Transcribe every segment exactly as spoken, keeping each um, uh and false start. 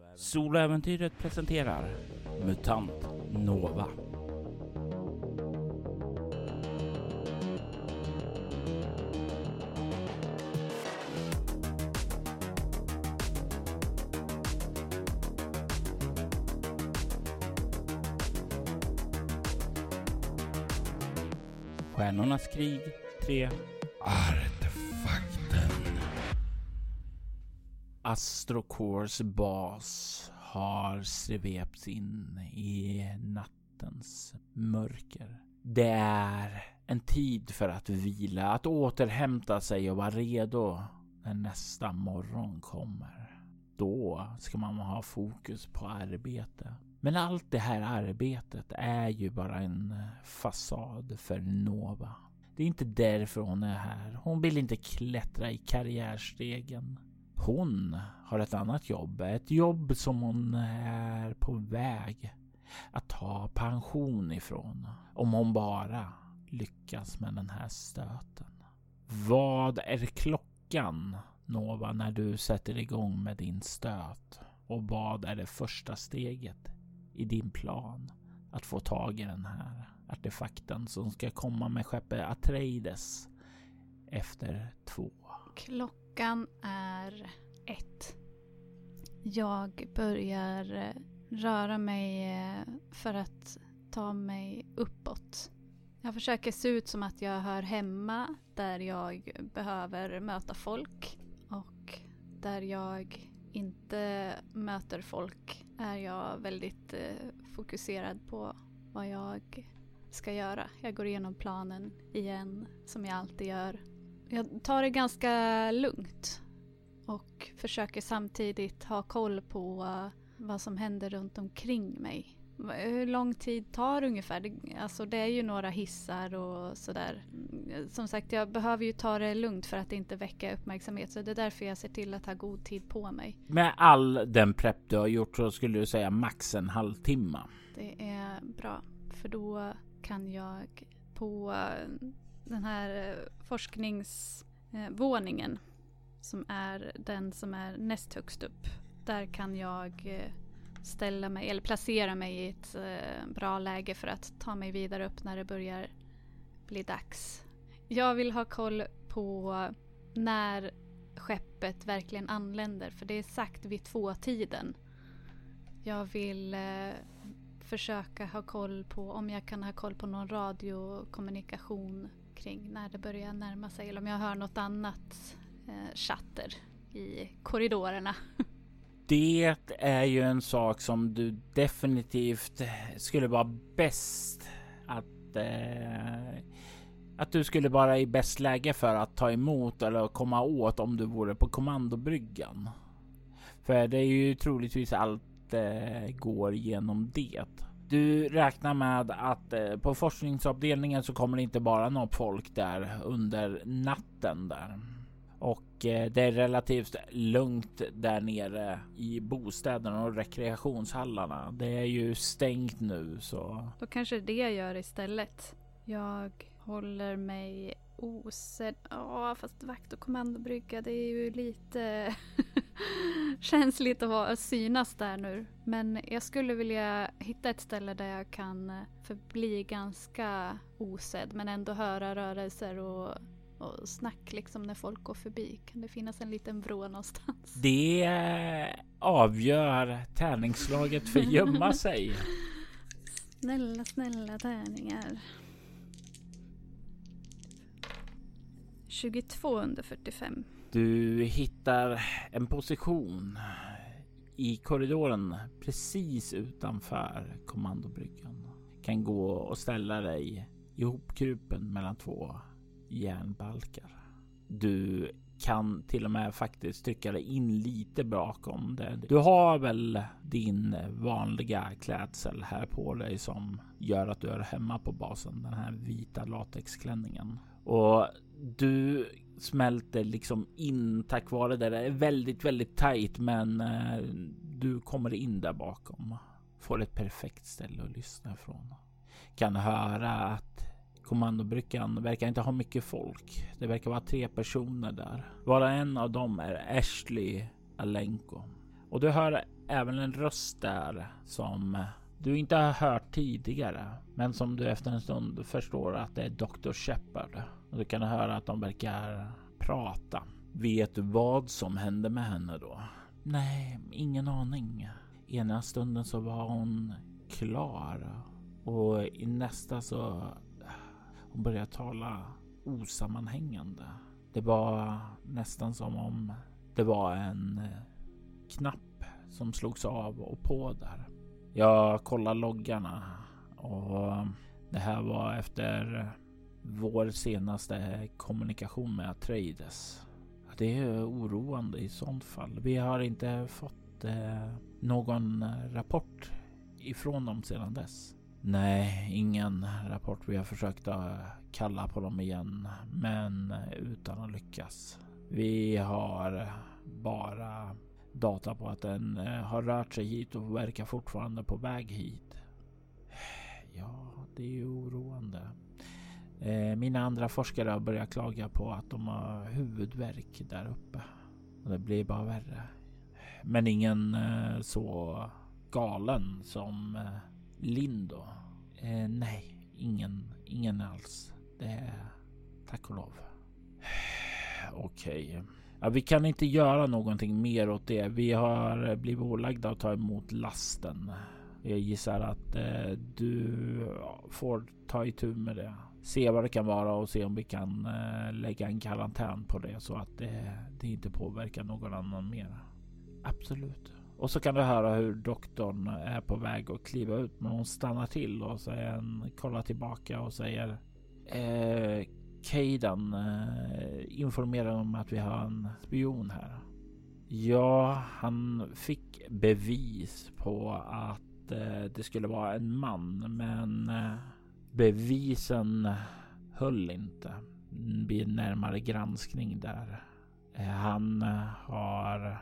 Soloäventyret presenterar Mutant Nova. Stjärnornas krig tre. Artefakten. Astrocores bas har svepts in i nattens mörker. Det är en tid för att vila, att återhämta sig och vara redo när nästa morgon kommer. Då ska man ha fokus på arbete. Men allt det här arbetet är ju bara en fasad för Nova. Det är inte därför hon är här. Hon vill inte klättra i karriärstegen. Hon har ett annat jobb. Ett jobb som hon är på väg att ta pension ifrån. Om hon bara lyckas med den här stöten. Vad är klockan, Nova, när du sätter igång med din stöt? Och vad är det första steget i din plan att få tag i den här artefakten som ska komma med skeppet Atreides efter två? Klockan är ett. Jag börjar röra mig för att ta mig uppåt. Jag försöker se ut som att jag hör hemma där jag behöver möta folk, och där jag inte möter folk är jag väldigt eh, fokuserad på vad jag ska göra. Jag går igenom planen igen som jag alltid gör. Jag tar det ganska lugnt och försöker samtidigt ha koll på uh, vad som händer runt omkring mig. Hur lång tid tar det ungefär? Det, alltså det är ju några hissar och sådär. Som sagt, jag behöver ju ta det lugnt för att inte väcka uppmärksamhet. Så det är därför jag ser till att ha god tid på mig. Med all den prepp du har gjort så skulle du säga max en halvtimme. Det är bra, för då kan jag på den här forskningsvåningen som är den som är näst högst upp. Där kan jag ställa mig eller placera mig i ett eh, bra läge för att ta mig vidare upp när det börjar bli dags. Jag vill ha koll på när skeppet verkligen anländer, för det är sagt vid två-tiden. Jag vill eh, försöka ha koll på om jag kan ha koll på någon radiokommunikation kring när det börjar närma sig, eller om jag hör något annat eh, chatter i korridorerna. Det är ju en sak som du definitivt skulle vara bäst att eh, att du skulle vara i bäst läge för att ta emot eller komma åt om du vore på kommandobryggan. För det är ju troligtvis allt eh, går genom det. Du räknar med att eh, på forskningsavdelningen så kommer det inte bara något folk där under natten där. Och eh, det är relativt lugnt där nere i bostäderna och rekreationshallarna. Det är ju stängt nu, så... Då kanske det jag gör istället. Jag håller mig osedd. Ja, fast vakt och kommandobrygga, det är ju lite känsligt att vara synas där nu. Men jag skulle vilja hitta ett ställe där jag kan förbli ganska osedd, men ändå höra rörelser och... och snack liksom när folk går förbi. Kan det finnas en liten vrå någonstans? Det avgör tärningsslaget för gömma sig. Snälla, snälla tärningar. tjugotvå under fyrtiofem. Du hittar en position i korridoren precis utanför kommandobryggan. Kan gå och ställa dig ihopkrupen mellan två järnbalkar. Du kan till och med faktiskt trycka dig in lite bakom det. Du har väl din vanliga klädsel här på dig som gör att du är hemma på basen. Den här vita latexklänningen. Och du smälter liksom in tack vare det. Det är väldigt, väldigt tajt, men eh, du kommer in där bakom. Får ett perfekt ställe att lyssna ifrån. Kan höra att kommandobryggan verkar inte ha mycket folk. Det verkar vara tre personer där. Bara en av dem är Ashley Alenko. Och du hör även en röst där som du inte har hört tidigare, men som du efter en stund förstår att det är doktor Shepard. Och du kan höra att de verkar prata. Vet du vad som hände med henne då? Nej, ingen aning. Ena stunden så var hon klar och i nästa så hon började tala osammanhängande. Det var nästan som om det var en knapp som slogs av och på där. Jag kollar loggarna och det här var efter vår senaste kommunikation med Atreides. Det är oroande i sånt fall. Vi har inte fått eh, någon rapport ifrån dem sedan dess. Nej, ingen rapport. Vi har försökt att kalla på dem igen, men utan att lyckas. Vi har bara data på att den har rört sig hit och verkar fortfarande på väg hit. Ja, det är ju oroande. Mina andra forskare har börjat klaga på att de har huvudvärk där uppe. Och det blir bara värre. Men ingen så galen som Lindo. Eh, nej, ingen, ingen alls. Det är tack och lov. Okej. Okay. Ja, vi kan inte göra någonting mer åt det. Vi har blivit ålagda att ta emot lasten. Jag gissar att eh, du får ta itu med det. Se vad det kan vara och se om vi kan eh, lägga en karantän på det så att det, det inte påverkar någon annan mer. Absolut. Och så kan du höra hur doktorn är på väg att kliva ut, men hon stannar till och sen kollar tillbaka och säger eh, Kaidan eh, informerar om att vi har en spion här. Ja, han fick bevis på att eh, det skulle vara en man, men eh, bevisen höll inte vid närmare granskning där. Eh, han eh, har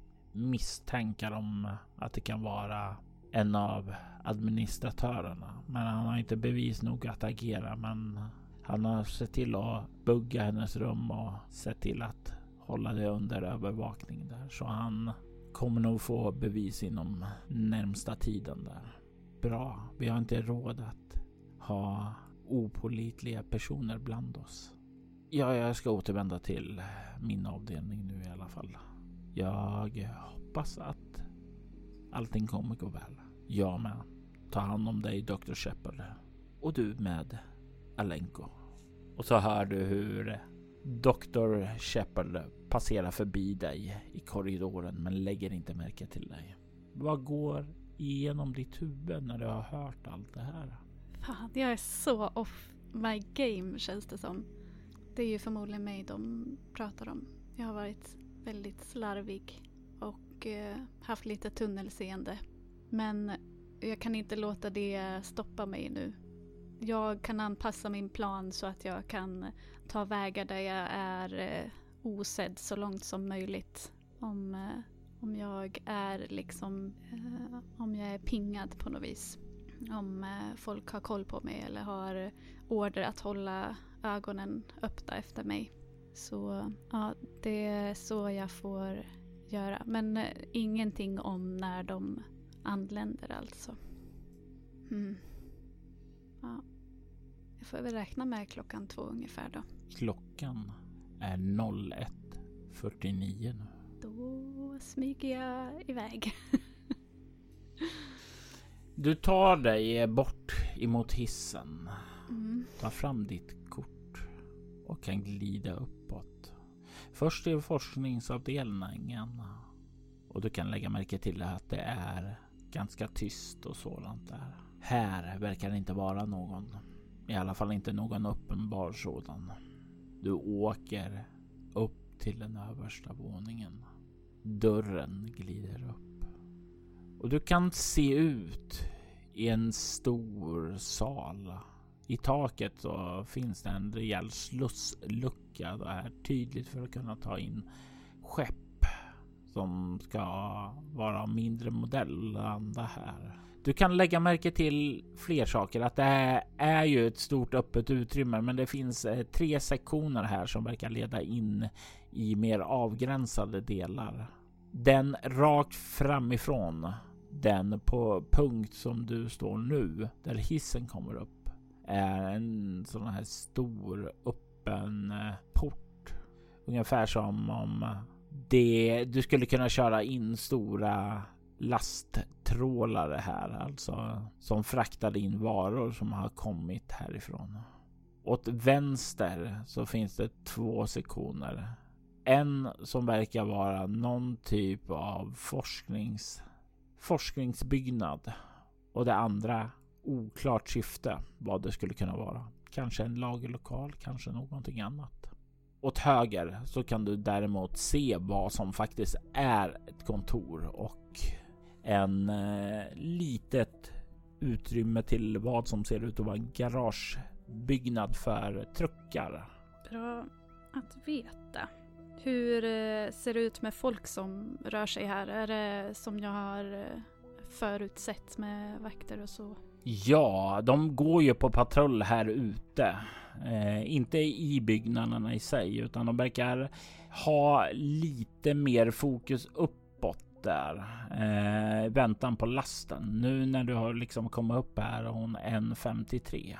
misstankar om att det kan vara en av administratörerna, men han har inte bevis nog att agera. Men han har sett till att bugga hennes rum och sett till att hålla det under övervakning där, så han kommer nog få bevis inom närmsta tiden där. Bra, vi har inte råd att ha opålitliga personer bland oss. Ja, jag ska återvända till min avdelning nu i alla fall. Jag hoppas att allting kommer gå väl. Jag med. Ta hand om dig, doktor Shepard. Och du med, Alenko. Och så hör du hur doktor Shepard passerar förbi dig i korridoren, men lägger inte märke till dig. Vad går igenom ditt huvud när du har hört allt det här? Fan, jag är så off my game, känns det som. Det är ju förmodligen mig de pratar om. Jag har varit väldigt slarvig och eh, haft lite tunnelseende. Men jag kan inte låta det stoppa mig nu. Jag kan anpassa min plan så att jag kan ta vägar där jag är eh, osedd så långt som möjligt. Om, eh, om jag är liksom, eh, om jag är pingad på något vis. Om eh, folk har koll på mig eller har order att hålla ögonen öppna efter mig. Så ja, det är så jag får göra. Men eh, ingenting om när de anländer alltså. Mm. Ja. Jag får väl räkna med klockan två ungefär då. Klockan är noll ett fyrtionio nu. Då smyger jag iväg. Du tar dig bort emot hissen. Mm. Ta fram ditt kort och kan glida uppåt. Först är forskningsavdelningen. Och du kan lägga märke till att det är ganska tyst och sådant där. Här verkar det inte vara någon. I alla fall inte någon uppenbar sådan. Du åker upp till den översta våningen. Dörren glider upp. Och du kan se ut i en stor sal. I taket så finns det en rejäl slusslucka där, tydligt för att kunna ta in skepp som ska vara mindre modell landa här. Du kan lägga märke till fler saker. Att det här är ju ett stort öppet utrymme, men det finns eh, tre sektioner här som verkar leda in i mer avgränsade delar. Den rakt framifrån, den på punkt som du står nu, där hissen kommer upp, är en sån här stor öppen port. Ungefär som om det, du skulle kunna köra in stora lasttrålare här, alltså som fraktar in varor som har kommit härifrån. Åt vänster så finns det två sektioner. En som verkar vara någon typ av forsknings, forskningsbyggnad och det andra oklart syfte vad det skulle kunna vara. Kanske en lagerlokal, kanske någonting annat. Åt höger så kan du däremot se vad som faktiskt är ett kontor och en eh, litet utrymme till vad som ser ut att vara en garagebyggnad för truckar. Bra att veta. Hur eh, ser det ut med folk som rör sig här? Är det som jag har eh, förutsett med vakter och så? Ja, de går ju på patrull här ute. Eh, inte i byggnaderna i sig, utan de verkar ha lite mer fokus uppåt där. Eh, väntan på lasten. Nu när du har liksom kommit upp här är hon en femtiotre.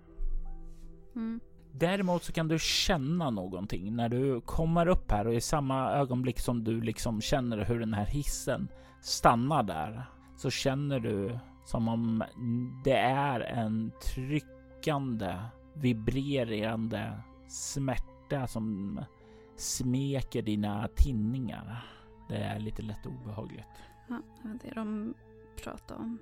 Mm. Däremot så kan du känna någonting när du kommer upp här och i samma ögonblick som du liksom känner hur den här hissen stannar där, så känner du som om det är en tryckande, vibrerande smärta som smeker dina tinningar. Det är lite lätt obehagligt. Ja, det var det de pratade om.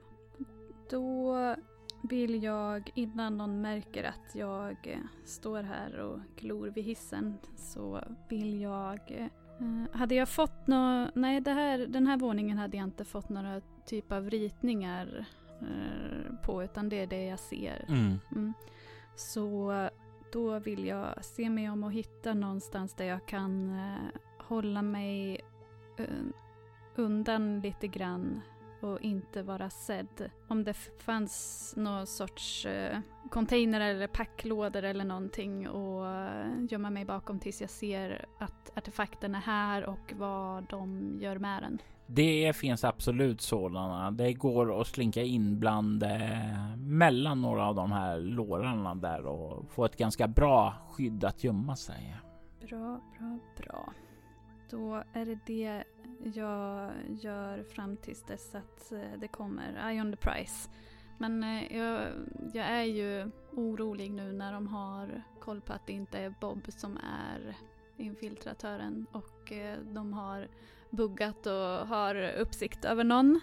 Då vill jag, innan någon märker att jag står här och glor vid hissen, så vill jag... Eh, hade jag fått några... Nej, det här, den här våningen hade jag inte fått några typ av ritningar eh, på, utan det är det jag ser. Mm. Mm. Så då vill jag se mig om och hitta någonstans där jag kan eh, hålla mig eh, undan lite grann och inte vara sedd. Om det f- fanns någon sorts eh, container eller packlådor eller någonting och eh, gömma mig bakom tills jag ser att artefakten är här och vad de gör med den. Det finns absolut sådana. Det går att slinka in bland eh, mellan några av de här lårarna där och få ett ganska bra skydd att gömma sig. Bra, bra, bra. Då är det det jag gör fram tills dess att det kommer. Eye on the prize. Men jag, jag är ju orolig nu när de har koll på att det inte är Bob som är infiltratören och de har buggat och har uppsikt över någon.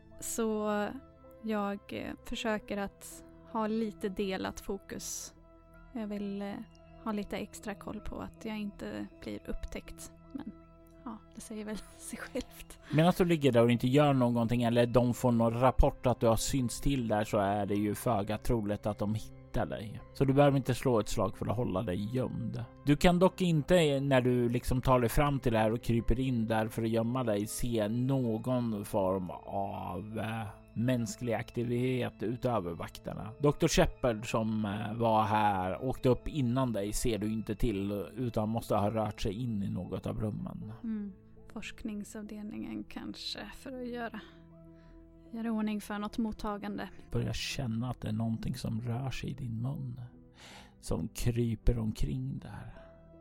Så jag försöker att ha lite delat fokus. Jag vill ha lite extra koll på att jag inte blir upptäckt. Men ja, det säger väl sig självt. Medan du ligger där och inte gör någonting eller de får någon rapport att du har synts till där, så är det ju föga troligt att de hittar dig. Så du behöver inte slå ett slag för att hålla dig gömd. Du kan dock inte, när du liksom tar dig fram till det här och kryper in där för att gömma dig, se någon form av eh, mänsklig aktivitet utöver vakterna. doktor Shepard som eh, var här, åkte upp innan dig, ser du inte till utan måste ha rört sig in i något av rummen. Mm. Forskningsavdelningen kanske, för att göra göra ordning för något mottagande. Börjar känna att det är någonting som rör sig i din mun. Som kryper omkring där.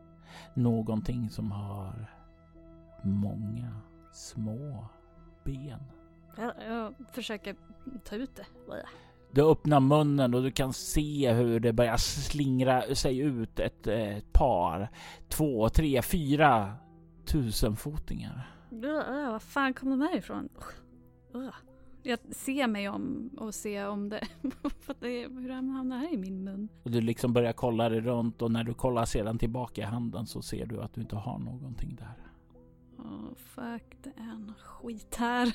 Någonting som har många små ben. Jag, jag försöker ta ut det. Du öppnar munnen och du kan se hur det börjar slingra sig ut ett, ett par, två, tre, fyra tusenfotingar. Uh, vad fan kom de här ifrån? Uh. Jag ser mig om och ser om det, hur de hamnar här i min mun. Och du liksom börjar kolla dig runt och när du kollar sedan tillbaka i handen så ser du att du inte har någonting där. Åh, oh, fuck, det är en skit här.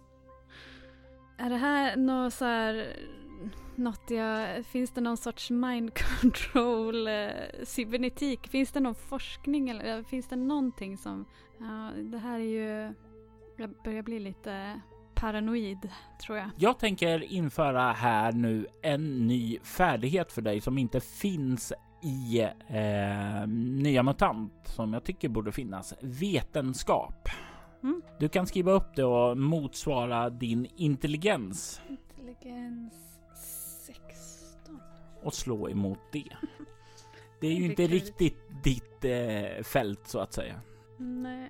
Är det här något så här, något jag, finns det någon sorts mind control, eh, cybernetik? Finns det någon forskning eller finns det någonting som, ja, det här är ju, jag börjar bli lite paranoid, tror jag. Jag tänker införa här nu en ny färdighet för dig som inte finns i eh, Nya Mutant, som jag tycker borde finnas. Vetenskap. Mm. Du kan skriva upp det och motsvara din intelligens. Intelligens sexton. Och slå emot det. Det är ju Det inte är riktigt ditt eh, fält så att säga. Nej.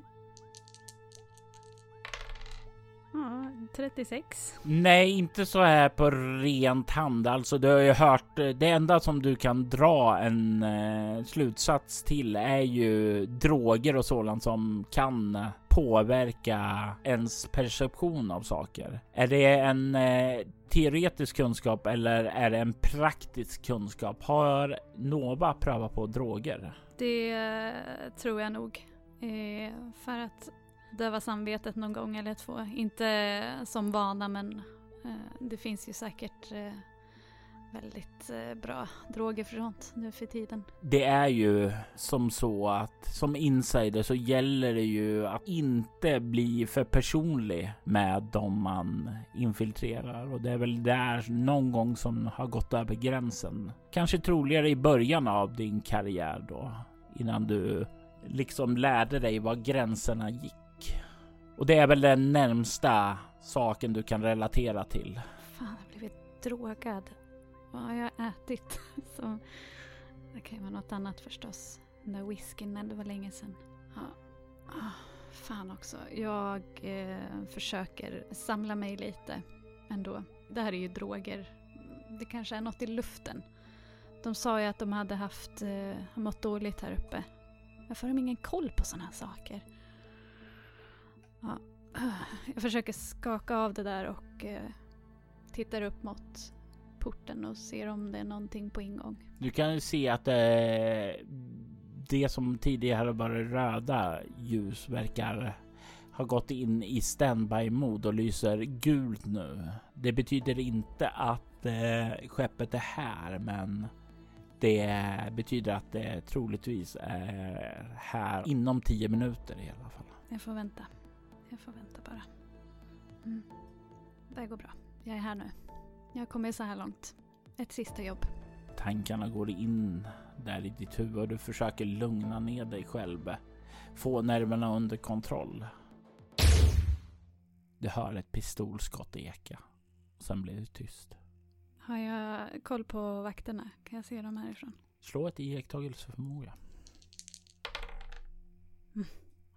Ja, trettiosex. Nej, inte så här på rent hand. Alltså du har ju hört, det enda som du kan dra en eh, slutsats till är ju droger och sådant som kan påverka ens perception av saker. Är det en eh, teoretisk kunskap eller är det en praktisk kunskap? Har Nova prövat på droger? Det eh, tror jag nog. Eh, för att döva samvetet någon gång eller två. Inte som vana, men eh, det finns ju säkert eh, väldigt eh, bra droger för sånt nu för tiden. Det är ju som så att som insider så gäller det ju att inte bli för personlig med dem man infiltrerar. Och det är väl där någon gång som har gått över gränsen. Kanske troligare i början av din karriär då. Innan du liksom lärde dig var gränserna gick. Och det är väl den närmsta saken du kan relatera till. Fan, jag har blivit drogad. Vad har jag ätit? Så, det kan ju vara något annat förstås. Den där whiskyn, det var länge sedan. Ja. Ah, fan också. Jag eh, försöker samla mig lite ändå. Det här är ju droger. Det kanske är något i luften. De sa ju att de hade haft eh, mått dåligt här uppe. Varför har de ingen koll på såna här saker? Ja. Jag försöker skaka av det där och eh, tittar upp mot porten och ser om det är någonting på ingång. Du kan ju se att eh, det som tidigare var röda ljus verkar ha gått in i standby-mod och lyser gult nu. Det betyder inte att eh, skeppet är här, men det betyder att det troligtvis är här inom tio minuter i alla fall. Jag får vänta. Jag får vänta bara. Mm. Det går bra. Jag är här nu. Jag kommer så här långt. Ett sista jobb. Tankarna går in där i ditt huvud. Du försöker lugna ner dig själv. Få nerverna under kontroll. Du hör ett pistolskott eka. Sen blir det tyst. Har jag koll på vakterna? Kan jag se dem härifrån? Slå ett iakttagelseförmåga. Mm.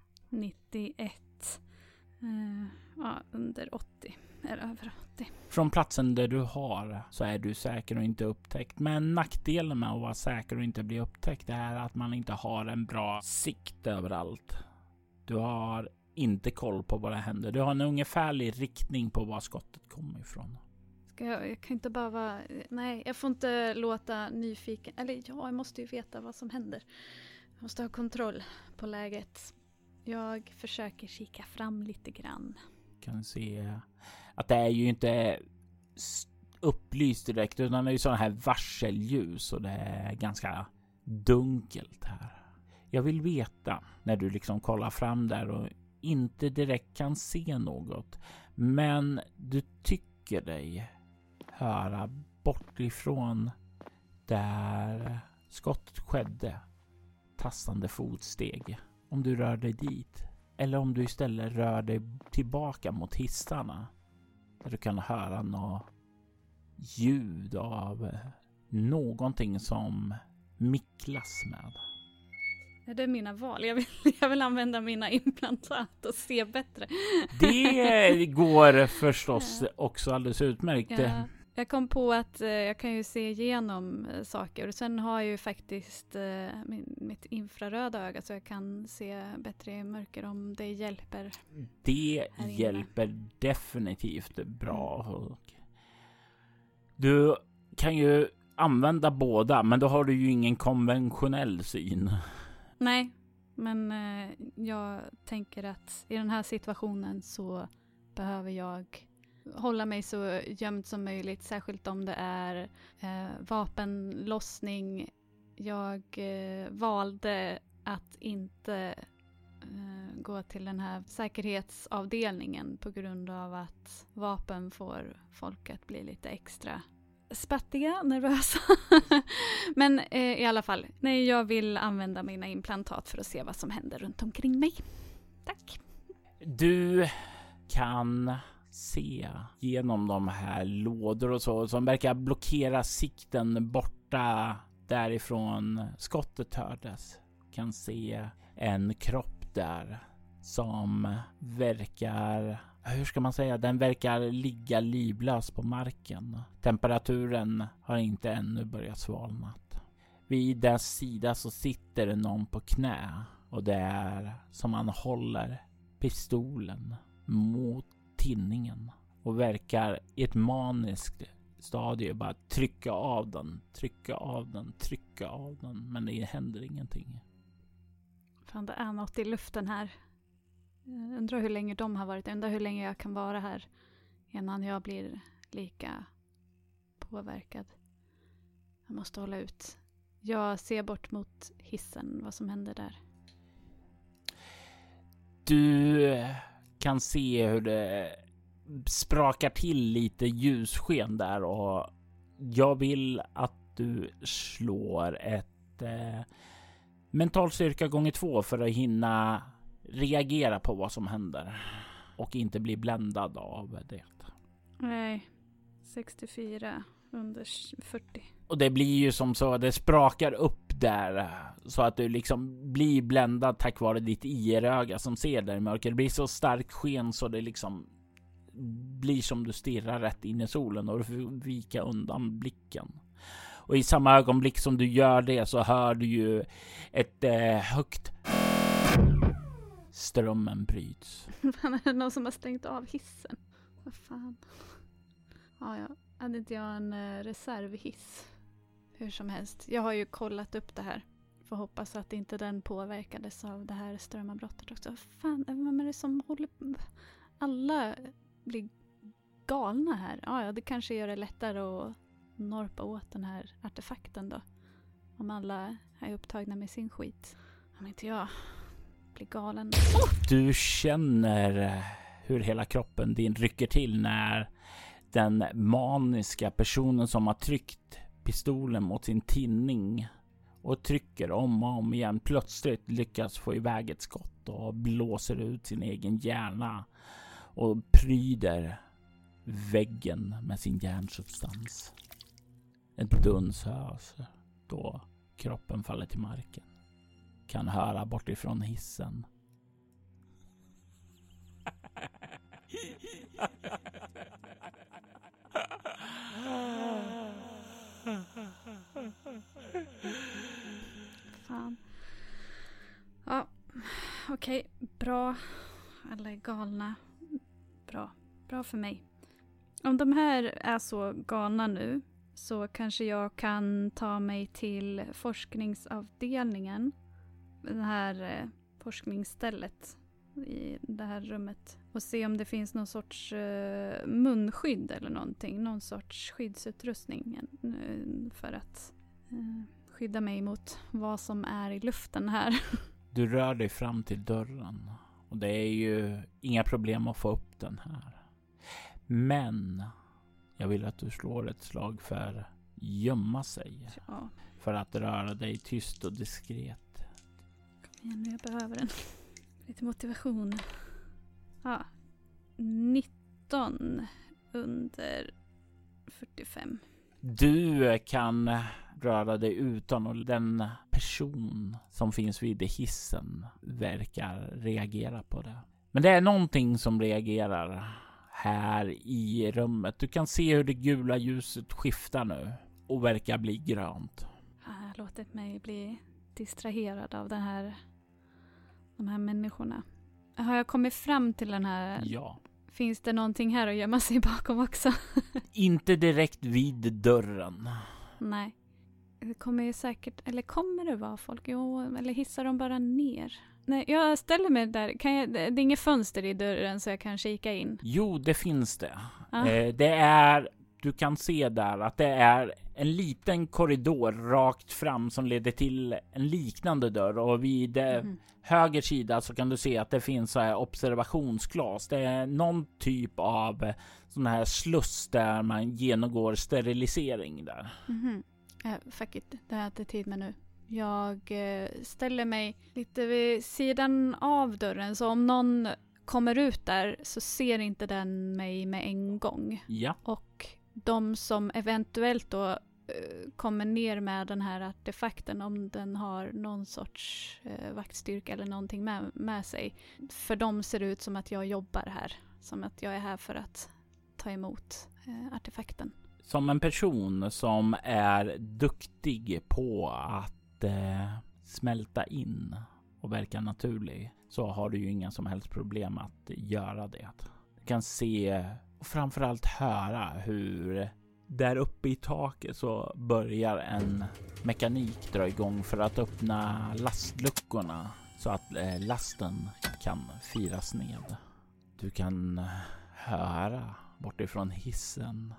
nittioett. Uh, ja, under åttio. Eller över åttio. Från platsen där du har så är du säker och inte upptäckt. Men nackdelen med att vara säker och inte bli upptäckt är att man inte har en bra sikt överallt. Du har inte koll på vad det händer. Du har en ungefärlig riktning på var skottet kommer ifrån. Ska jag, jag kan inte bara vara... Nej, jag får inte låta nyfiken. Eller ja, jag måste ju veta vad som händer. Jag måste ha kontroll på läget. Jag försöker kika fram lite grann. Kan se att det är ju inte upplyst direkt, utan det är ju sådana här varselljus och det är ganska dunkelt här. Jag vill veta när du liksom kollar fram där och inte direkt kan se något, men du tycker dig höra bort ifrån där skottet skedde tassande fotsteg. Om du rör dig dit. Eller om du istället rör dig tillbaka mot hissarna. Där du kan höra något ljud av någonting som micklas med. Är det mina val? Jag vill, jag vill använda mina implantat och se bättre. Det går förstås också alldeles utmärkt. Ja. Jag kom på att eh, jag kan ju se igenom eh, saker. Och sen har jag ju faktiskt eh, min, mitt infraröda öga så jag kan se bättre i mörker om det hjälper. Det hjälper definitivt bra. Och du kan ju använda båda, men då har du ju ingen konventionell syn. Nej, men eh, jag tänker att i den här situationen så behöver jag hålla mig så gömd som möjligt, särskilt om det är eh, vapenlossning. Jag eh, valde att inte eh, gå till den här säkerhetsavdelningen på grund av att vapen får folk att bli lite extra spattiga, nervösa. Men eh, i alla fall, nej, jag vill använda mina implantat för att se vad som händer runt omkring mig. Tack. Du kan se genom de här lådor och så som verkar blockera sikten borta därifrån skottet hördes. Kan se en kropp där som verkar, hur ska man säga, den verkar ligga livlös på marken. Temperaturen har inte ännu börjat svalna. Vid dess sida så sitter det någon på knä och det är som han håller pistolen mot tinningen och verkar i ett maniskt stadie bara trycka av den, trycka av den, trycka av den, men det händer ingenting. Fan, det är något i luften här. Jag undrar hur länge de har varit. Jag undrar hur länge jag kan vara här innan jag blir lika påverkad. Jag måste hålla ut. Jag ser bort mot hissen, vad som händer där. Du kan se hur det sprakar till lite ljussken där och jag vill att du slår ett eh, mental styrka gånger två för att hinna reagera på vad som händer och inte bli bländad av det. Nej, sextiofyra under fyrtio. Och det blir ju som så, det sprakar upp där så att du liksom blir bländad tack vare ditt I R-öga som ser där i mörker. Det blir så starkt sken så det liksom blir som du stirrar rätt in i solen och du får vika undan blicken. Och i samma ögonblick som du gör det så hör du ju ett eh, högt strömmen bryts. Fan, är det någon som har stängt av hissen? Vad fan? Ja, ja. Hade inte jag en uh, reservhiss? Hur som helst. Jag har ju kollat upp det här. Får hoppas att inte den påverkades av det här strömavbrottet också. Fan, vem är det som håller... Alla blir galna här. Ja, ja, det kanske gör det lättare att norpa åt den här artefakten då. Om alla är upptagna med sin skit. Om inte jag blir galen. Oh! Du känner hur hela kroppen din rycker till när den maniska personen som har tryckt pistolen mot sin tinning och trycker om och om igen plötsligt lyckas få iväg ett skott och blåser ut sin egen hjärna och pryder väggen med sin hjärnsubstans. Ett duns hörs då kroppen faller till marken. Kan höra bortifrån hissen. Fan. Ja, okej. Okay. Bra. Alla är galna. Bra. Bra för mig. Om de här är så galna nu så kanske jag kan ta mig till forskningsavdelningen. Det här eh, forskningsstället i det här rummet. Och se om det finns någon sorts eh, munskydd eller någonting. Någon sorts skyddsutrustning eh, för att eh, skydda mig mot vad som är i luften här. Du rör dig fram till dörren. Och det är ju inga problem att få upp den här. Men jag vill att du slår ett slag för gömma sig. Ja. För att röra dig tyst och diskret. Kom igen, jag behöver den. Lite motivation. Ja. nitton under fyrtiofem. Du kan röra dig utan och den person som finns vid hissen verkar reagera på det. Men det är någonting som reagerar här i rummet. Du kan se hur det gula ljuset skiftar nu och verkar bli grönt. Jag har låtit mig bli distraherad av det här, de här människorna. Har jag kommit fram till den här? Ja. Finns det någonting här att gömma sig bakom också? Inte direkt vid dörren. Nej. Det kommer ju säkert, eller kommer det vara folk? Jo, eller hissar de bara ner? Nej, jag ställer mig där. Kan jag, det är inget fönster i dörren så jag kan kika in. Jo, det finns det. Ah. Eh, det är, du kan se där att det är en liten korridor rakt fram som leder till en liknande dörr. Och vid mm. höger sida så kan du se att det finns så här observationsglas. Det är någon typ av sån här sluss där man genomgår sterilisering där. Mm-hmm. Uh, fuck it, det har jag inte tid med nu. Jag uh, ställer mig lite vid sidan av dörren så om någon kommer ut där så ser inte den mig med en gång. Ja. Och de som eventuellt då uh, kommer ner med den här artefakten, om den har någon sorts uh, vaktstyrka eller någonting med, med sig. För dem ser det ut som att jag jobbar här. Som att jag är här för att ta emot uh, artefakten. Som en person som är duktig på att uh, smälta in och verka naturlig, så har du ju inga som helst problem att göra det. Du kan se och framförallt höra hur där uppe i taket så börjar en mekanik dra igång för att öppna lastluckorna så att eh, lasten kan firas ned. Du kan höra bortifrån hissen.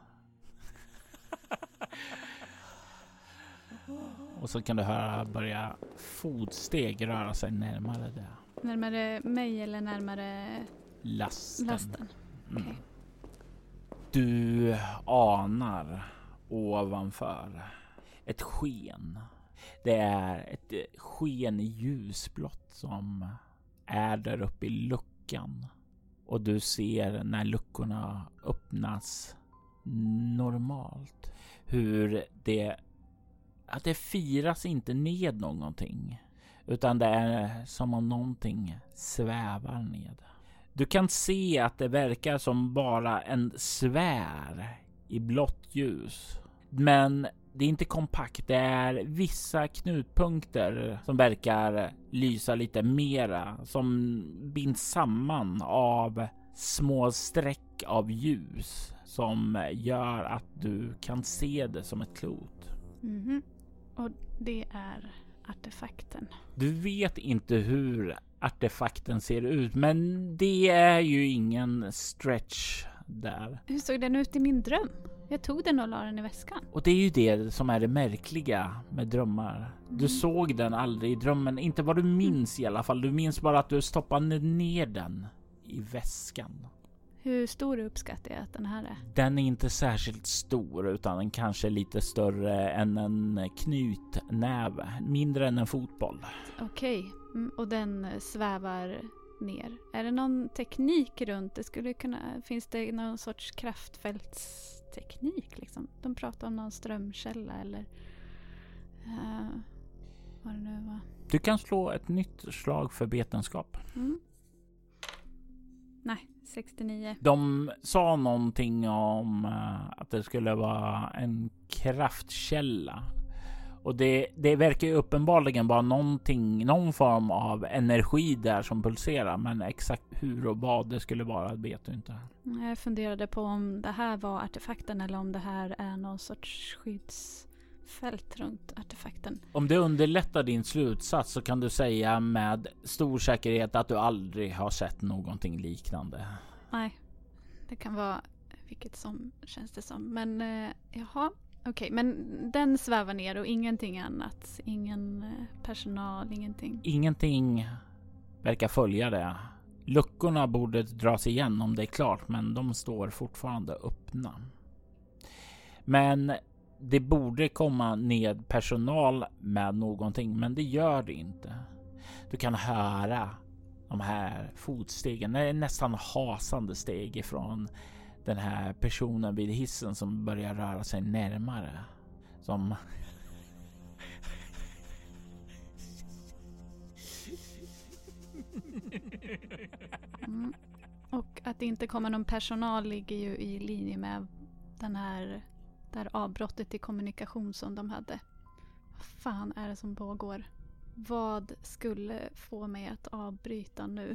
Och så kan du höra börja fotsteg röra sig närmare det. Närmare mig eller närmare lasten? lasten. Mm. Okay. Du anar ovanför ett sken. Det är ett sken i ljusblått som är där uppe i luckan. Och du ser när luckorna öppnas normalt hur det att det firas inte ned någonting, utan det är som om någonting svävar ned. Du kan se att det verkar som bara en sfär i blått ljus. Men det är inte kompakt. Det är vissa knutpunkter som verkar lysa lite mera, som binds samman av små streck av ljus som gör att du kan se det som ett klot. Mm-hmm. Och det är artefakten. Du vet inte hur artefakten ser ut, men det är ju ingen stretch där. Hur såg den ut i min dröm? Jag tog den och la den i väskan. Och det är ju det som är det märkliga med drömmar. Du Mm. såg den aldrig i drömmen. Inte vad du minns i alla fall. Du minns bara att du stoppade ner den i väskan. Hur stor uppskattar jag att den här är? Den är inte särskilt stor, utan den kanske är lite större än en knytnäve. Mindre än en fotboll. Okej, okay. mm, och den svävar ner. Är det någon teknik runt? Det skulle kunna, finns det någon sorts kraftfältsteknik liksom? De pratar om någon strömkälla eller uh, vad det nu var. Du kan slå ett nytt slag för vetenskap. Mm. Nej, sextionio. De sa någonting om uh, att det skulle vara en kraftkälla. Och det, det verkar ju uppenbarligen vara någonting, någon form av energi där som pulserar. Men exakt hur och vad det skulle vara vet du inte. Jag funderade på om det här var artefakten eller om det här är någon sorts skyddsfält runt artefakten. Om det underlättar din slutsats så kan du säga med stor säkerhet att du aldrig har sett någonting liknande. Nej, det kan vara vilket som känns det som. Men eh, jaha. Okej, okay, men den svävar ner och ingenting annat. Ingen personal, ingenting. Ingenting verkar följa det. Luckorna borde dras igen om det är klart, men de står fortfarande öppna. Men det borde komma ned personal med någonting, men det gör det inte. Du kan höra de här fotstegen. Det är nästan hasande steg ifrån den här personen vid hissen som börjar röra sig närmare. Som... Mm. Och att det inte kommer någon personal ligger ju i linje med den här där avbrottet i kommunikation som de hade. Vad fan är det som pågår? Vad skulle få mig att avbryta nu?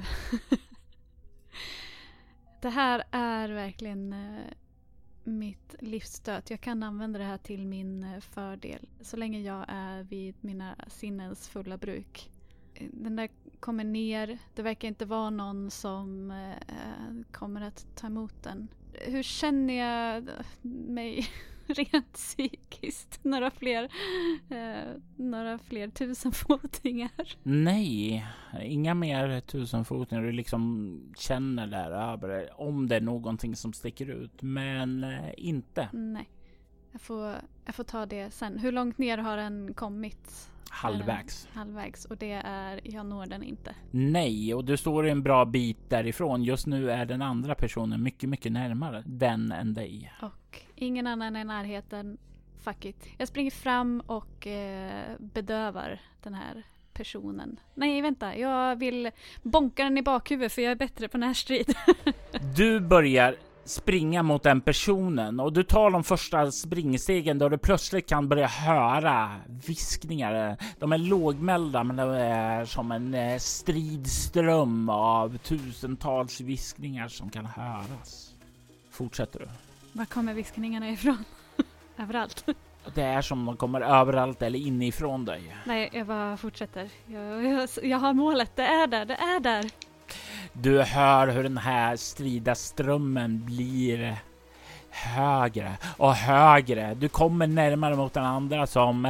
Det här är verkligen eh, mitt livsstöt. Jag kan använda det här till min eh, fördel. Så länge jag är vid mina sinnens fulla bruk. Den där kommer ner. Det verkar inte vara någon som eh, kommer att ta emot den. Hur känner jag mig rent psykiskt? Några fler, eh, några fler tusenfotingar? Nej, inga mer tusenfotingar. Du liksom känner där över om det är någonting som sticker ut. Men eh, inte. Nej. Jag får, jag får ta det sen. Hur långt ner har den kommit? Halvvägs. Halvvägs. Och det är, jag når den inte. Nej, och du står en bra bit därifrån. Just nu är den andra personen mycket, mycket närmare den än dig. Och ingen annan är i närheten. Fuck it. Jag springer fram och eh, bedövar den här personen. Nej, vänta. Jag vill bonka den i bakhuvudet för jag är bättre på närstrid. Du börjar springa mot den personen och du tar de första springstegen då du plötsligt kan börja höra viskningar. De är lågmälda, men det är som en stridström av tusentals viskningar som kan höras. Fortsätter du? Var kommer viskningarna ifrån? Överallt. Det är som de kommer överallt eller inifrån dig. Nej, jag bara fortsätter. Jag, jag, jag har målet. Det är där, det är där. Du hör hur den här strida strömmen blir högre och högre. Du kommer närmare mot den andra som...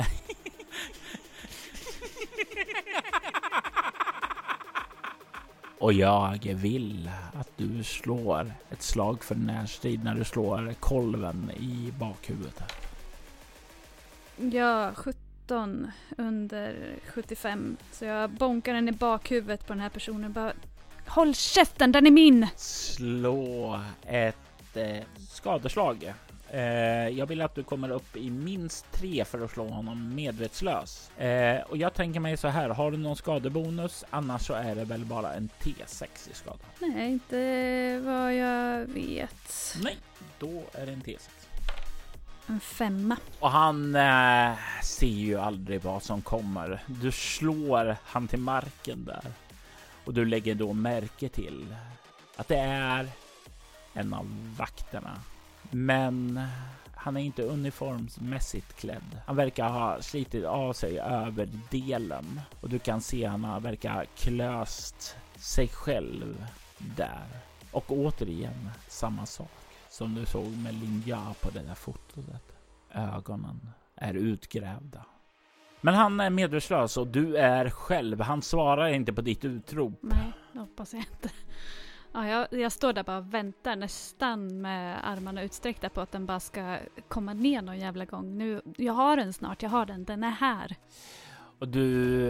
Och jag vill att du slår ett slag för närstrid när du slår kolven i bakhuvudet. Ja, sjutton under sjuttiofem. Så jag bonkar den i bakhuvudet på den här personen. Bara, håll käften, den är min! Slå ett eh, skadeslag. Eh, jag vill att du kommer upp i minst tre för att slå honom medvetslös. Eh, och jag tänker mig så här, har du någon skadebonus? Annars så är det väl bara en T sex i skada. Nej, inte vad jag vet. Nej, då är det en T sex. En femma. Och han eh, ser ju aldrig vad som kommer. Du slår han till marken där. Och du lägger då märke till att det är en av vakterna. Men han är inte uniformsmässigt klädd. Han verkar ha slitit av sig över delen. Och du kan se att han har verkar klöst sig själv där. Och återigen samma sak som du såg med Linja på det där fotot. Ögonen är utgrävda. Men han är medvetslös och du är själv. Han svarar inte på ditt utrop. Nej, det hoppas jag inte. Ja, jag, jag står där bara och väntar nästan med armarna utsträckta på att den bara ska komma ner någon jävla gång. Nu, jag har den snart, jag har den, den är här. Och du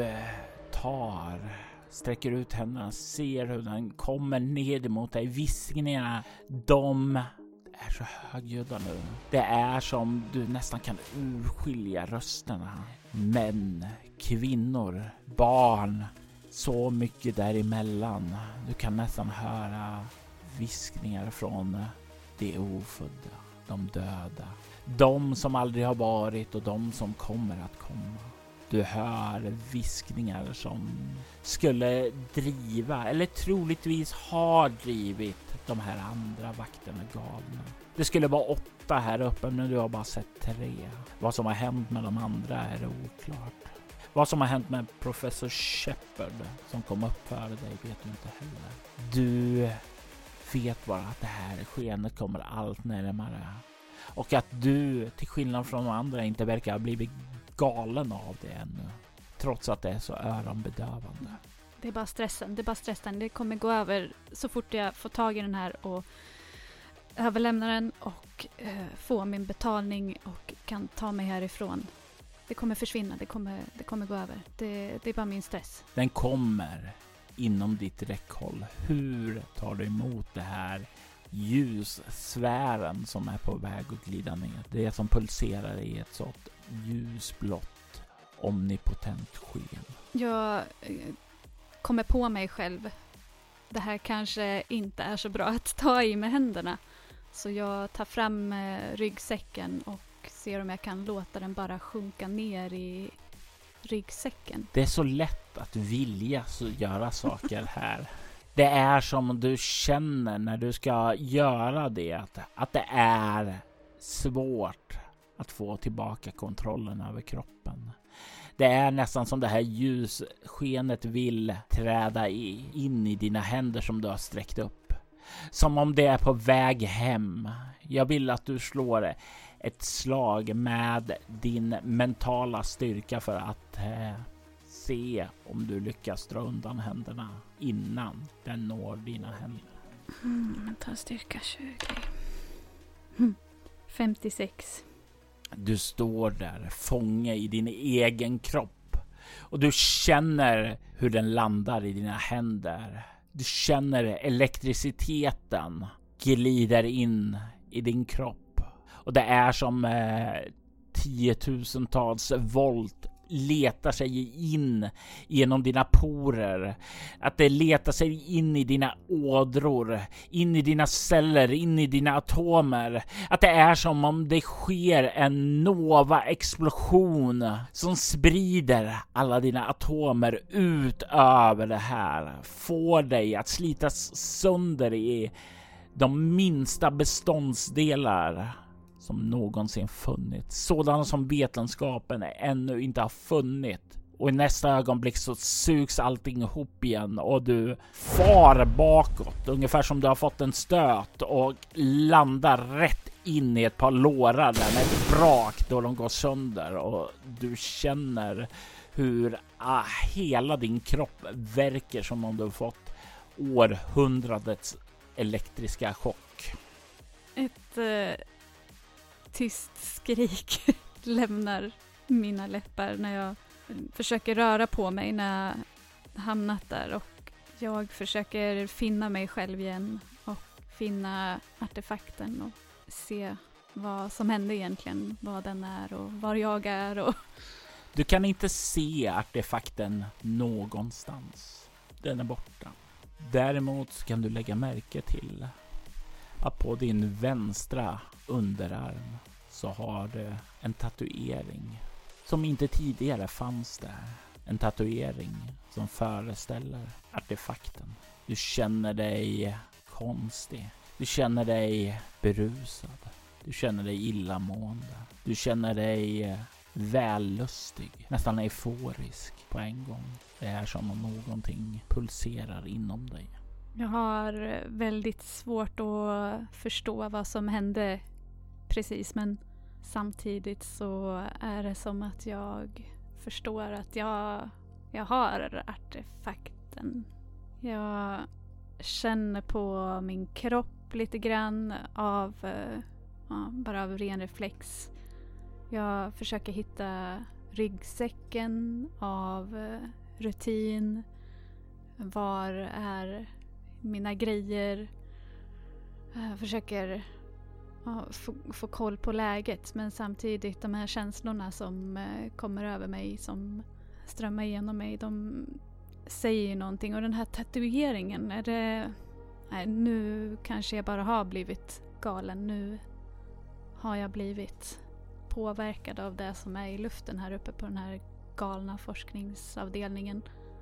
tar, sträcker ut händerna, ser hur den kommer ner mot dig. Viskningarna, de är så högljudda nu. Det är som du nästan kan urskilja rösterna. Män, kvinnor, barn, så mycket däremellan. Du kan nästan höra viskningar från de ofödda, de döda. De som aldrig har varit och de som kommer att komma. Du hör viskningar som skulle driva, eller troligtvis har drivit de här andra vakterna galna. Det skulle vara åtta här uppe, men du har bara sett tre. Vad som har hänt med de andra är oklart. Vad som har hänt med professor Shepard som kom upp före dig vet du inte heller. Du vet bara att det här skenet kommer allt närmare. Och att du, till skillnad från de andra, inte verkar ha blivit galen av det ännu. Trots att det är så öronbedövande. Det är bara stressen, det är bara stressen. Det kommer gå över så fort jag får tag i den här och överlämna den och eh, få min betalning och kan ta mig härifrån. Det kommer försvinna, det kommer, det kommer gå över. Det, det är bara min stress. Den kommer inom ditt räckhåll. Hur tar du emot det här ljussfären som är på väg att glida ner? Det som pulserar i ett sånt ljusblått, omnipotent sken. Jag eh, kommer på mig själv. Det här kanske inte är så bra att ta i med händerna. Så jag tar fram eh, ryggsäcken och ser om jag kan låta den bara sjunka ner i ryggsäcken. Det är så lätt att vilja så göra saker här. Det är som du känner när du ska göra det. Att, att det är svårt att få tillbaka kontrollen över kroppen. Det är nästan som det här ljusskenet vill träda i, in i dina händer som du har sträckt upp. Som om det är på väg hem. Jag vill att du slår ett slag med din mentala styrka för att eh, se om du lyckas dra undan händerna innan den når dina händer. Mm, ta styrka tjugo. Mm. femtiosex. Du står där, fånge i din egen kropp. Och du känner hur den landar i dina händer. Du känner elektriciteten glider in i din kropp. Och det är som eh, tiotusentals volt letar sig in genom dina porer. Att det letar sig in i dina ådror, in i dina celler, in i dina atomer. Att det är som om det sker en nova-explosion som sprider alla dina atomer ut över det här. Får dig att slitas sönder i de minsta beståndsdelar som någonsin funnits. Sådana som vetenskapen ännu inte har funnit. Och i nästa ögonblick så sugs allting ihop igen och du far bakåt. Ungefär som du har fått en stöt och landar rätt in i ett par lårar där med ett brak då de går sönder. Och du känner hur ah, hela din kropp verkar som om du har fått århundradets elektriska chock. Ett... Eh... tyst skrik lämnar mina läppar när jag försöker röra på mig när jag hamnat där, och jag försöker finna mig själv igen och finna artefakten och se vad som hände egentligen, vad den är och var jag är. Och... Du kan inte se artefakten någonstans. Den är borta. Däremot kan du lägga märke till att på din vänstra underarm så har du en tatuering som inte tidigare fanns där. En tatuering som föreställer artefakten. Du känner dig konstig. Du känner dig berusad. Du känner dig illamående. Du känner dig vällustig. Nästan euforisk på en gång. Det är som om någonting pulserar inom dig. Jag har väldigt svårt att förstå vad som hände precis, men samtidigt så är det som att jag förstår att jag, jag har artefakten. Jag känner på min kropp lite grann av, ja, bara av ren reflex. Jag försöker hitta ryggsäcken av rutin. Var är mina grejer? Jag försöker ja, få, få koll på läget, men samtidigt de här känslorna som eh, kommer över mig, som strömmar igenom mig, de säger ju någonting. Och den här tatueringen, är det... Nej, nu kanske jag bara har blivit galen. Nu har jag blivit påverkad av det som är i luften här uppe på den här galna forskningsavdelningen.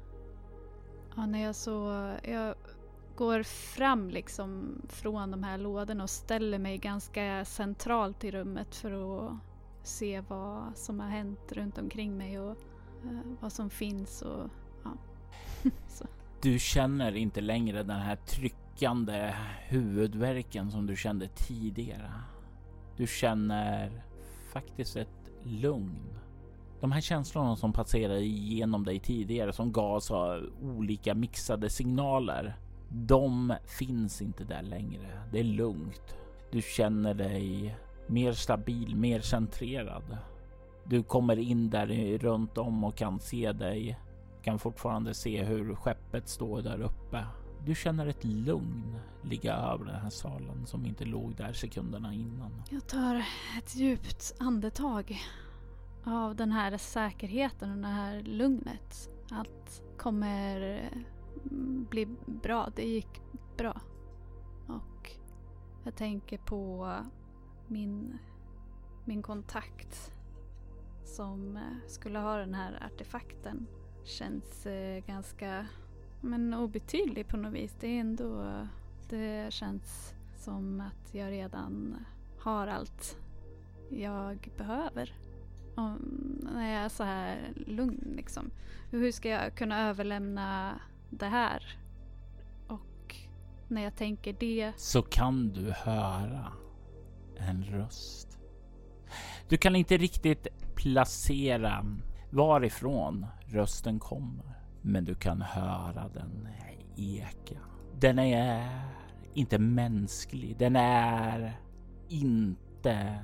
Ja, när jag så... Jag går fram liksom från de här lådorna och ställer mig ganska centralt i rummet för att se vad som har hänt runt omkring mig och uh, vad som finns. Och, ja. Så. Du känner inte längre den här tryckande huvudvärken som du kände tidigare. Du känner faktiskt ett lugn. De här känslorna som passerade igenom dig tidigare, som gavs av olika mixade signaler, de finns inte där längre. Det är lugnt. Du känner dig mer stabil, mer centrerad. Du kommer in där runt om och kan se dig. Kan fortfarande se hur skeppet står där uppe. Du känner ett lugn ligga över den här salen som inte låg där sekunderna innan. Jag tar ett djupt andetag av den här säkerheten och det här lugnet. Allt kommer bli bra. Det gick bra. Och jag tänker på min, min kontakt som skulle ha den här artefakten. Känns eh, ganska men obetydlig på något vis. Det är ändå, det känns som att jag redan har allt jag behöver. Och när jag är så här lugn liksom. Hur ska jag kunna överlämna det här? Och när jag tänker det, så kan du höra en röst. Du kan inte riktigt placera varifrån rösten kommer, men du kan höra den eka. Den är inte mänsklig. Den är inte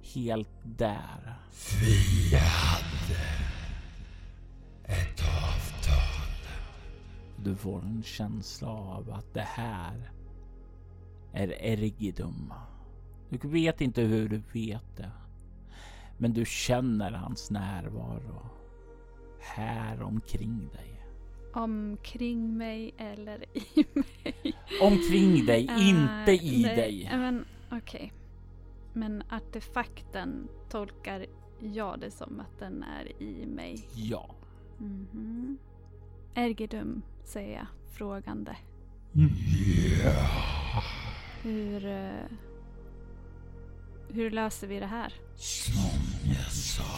helt där. Vi hade ett avtal. Du får en känsla av att det här är Ergidum. Du vet inte hur du vet det. Men du känner hans närvaro här omkring dig. Omkring mig eller i mig? Omkring dig, uh, inte i nej, dig. Men okej. Okay. Men artefakten tolkar jag det som att den är i mig. Ja. Mm-hmm. Ergidum, säger jag frågande. Ja. Hur... Uh, hur löser vi det här? Som jag sa,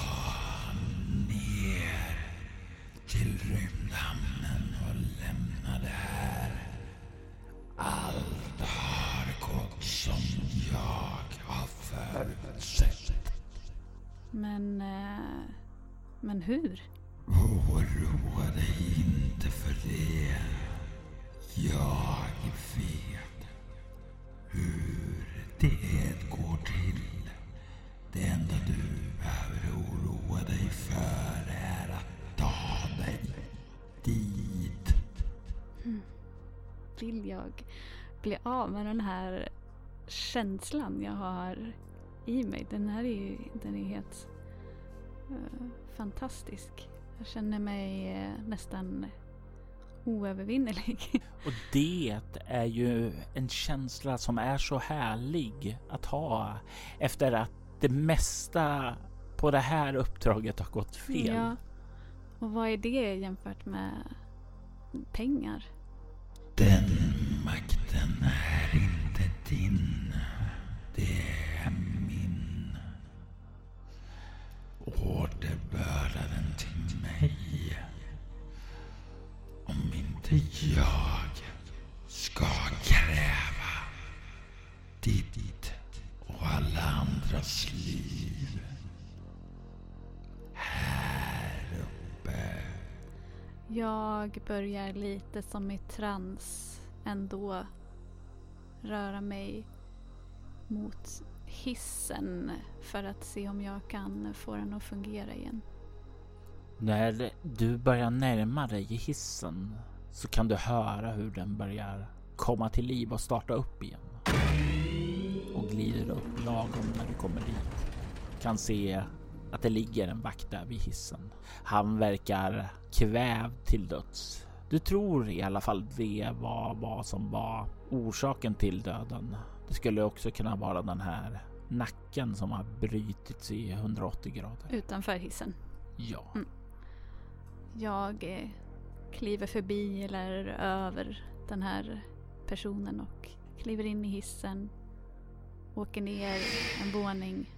ner till rymdhamnen och lämna det här. Allt har gått som jag har förutsett. Men... Uh, men hur? Oroa dig inte för det. Jag vet hur det går till. Det enda du behöver oroa dig för är att ta dig dit. Mm. Vill jag bli av med den här känslan jag har i mig? Den här är ju den är helt uh, fantastisk. Jag känner mig uh, nästan oövervinnerlig. Och det är ju en känsla som är så härlig att ha efter att det mesta på det här uppdraget har gått fel. Ja. Och vad är det jämfört med pengar? Den makten är inte din. Det är min. Återbörda den till mig. Om inte jag ska kräva ditt och alla andras liv här uppe. Jag börjar lite som i trans ändå röra mig mot hissen för att se om jag kan få den att fungera igen. När du börjar närma dig hissen så kan du höra hur den börjar komma till liv och starta upp igen. Och glider upp lagom när du kommer dit. Du kan se att det ligger en vakt där vid hissen. Han verkar kvävd till döds. Du tror i alla fall det var vad som var orsaken till döden. Det skulle också kunna vara den här nacken som har brutits i hundraåttio grader. Utanför hissen? Ja. Mm. Jag eh, kliver förbi eller över den här personen och kliver in i hissen. Åker ner en våning.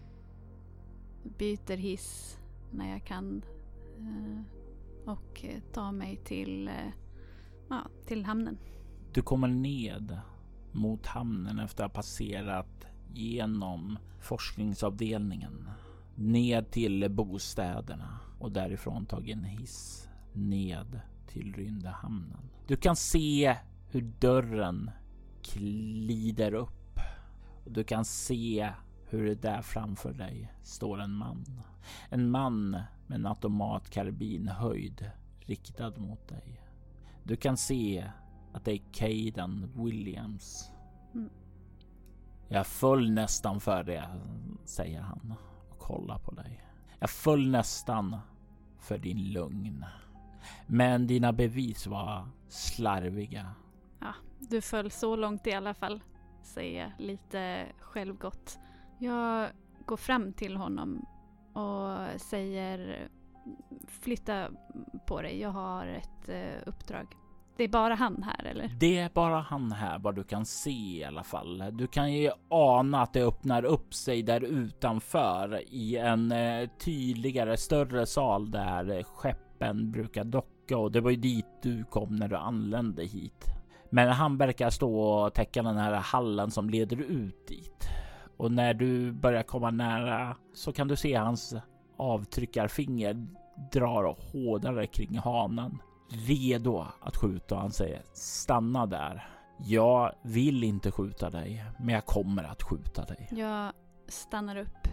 Byter hiss när jag kan. Eh, och eh, tar mig till, eh, ja, till hamnen. Du kommer ned mot hamnen efter att ha passerat genom forskningsavdelningen. Ned till bostäderna och därifrån tagit en hiss ned till rymdhamnen. Du kan se hur dörren glider upp och du kan se hur det där framför dig står en man. En man med en automatkarbin höjd riktad mot dig. Du kan se att det är Caden Williams. Mm. Jag föll nästan för det, säger han och kollar på dig. Jag föll nästan för din lögn. Men dina bevis var slarviga. Ja, du föll så långt i alla fall, säger jag lite självgott. Jag går fram till honom och säger: flytta på dig, jag har ett uh, uppdrag. Det är bara han här, eller? Det är bara han här, vad du kan se i alla fall. Du kan ju ana att det öppnar upp sig där utanför i en eh, tydligare, större sal där skeppen brukar docka. Och det var ju dit du kom när du anlände hit. Men han verkar stå och täcka den här hallen som leder ut dit. Och när du börjar komma nära så kan du se hans avtryckarfinger drar hårdare kring hanen. Redo att skjuta. Han säger: stanna där. Jag vill inte skjuta dig, men jag kommer att skjuta dig. Jag stannar upp.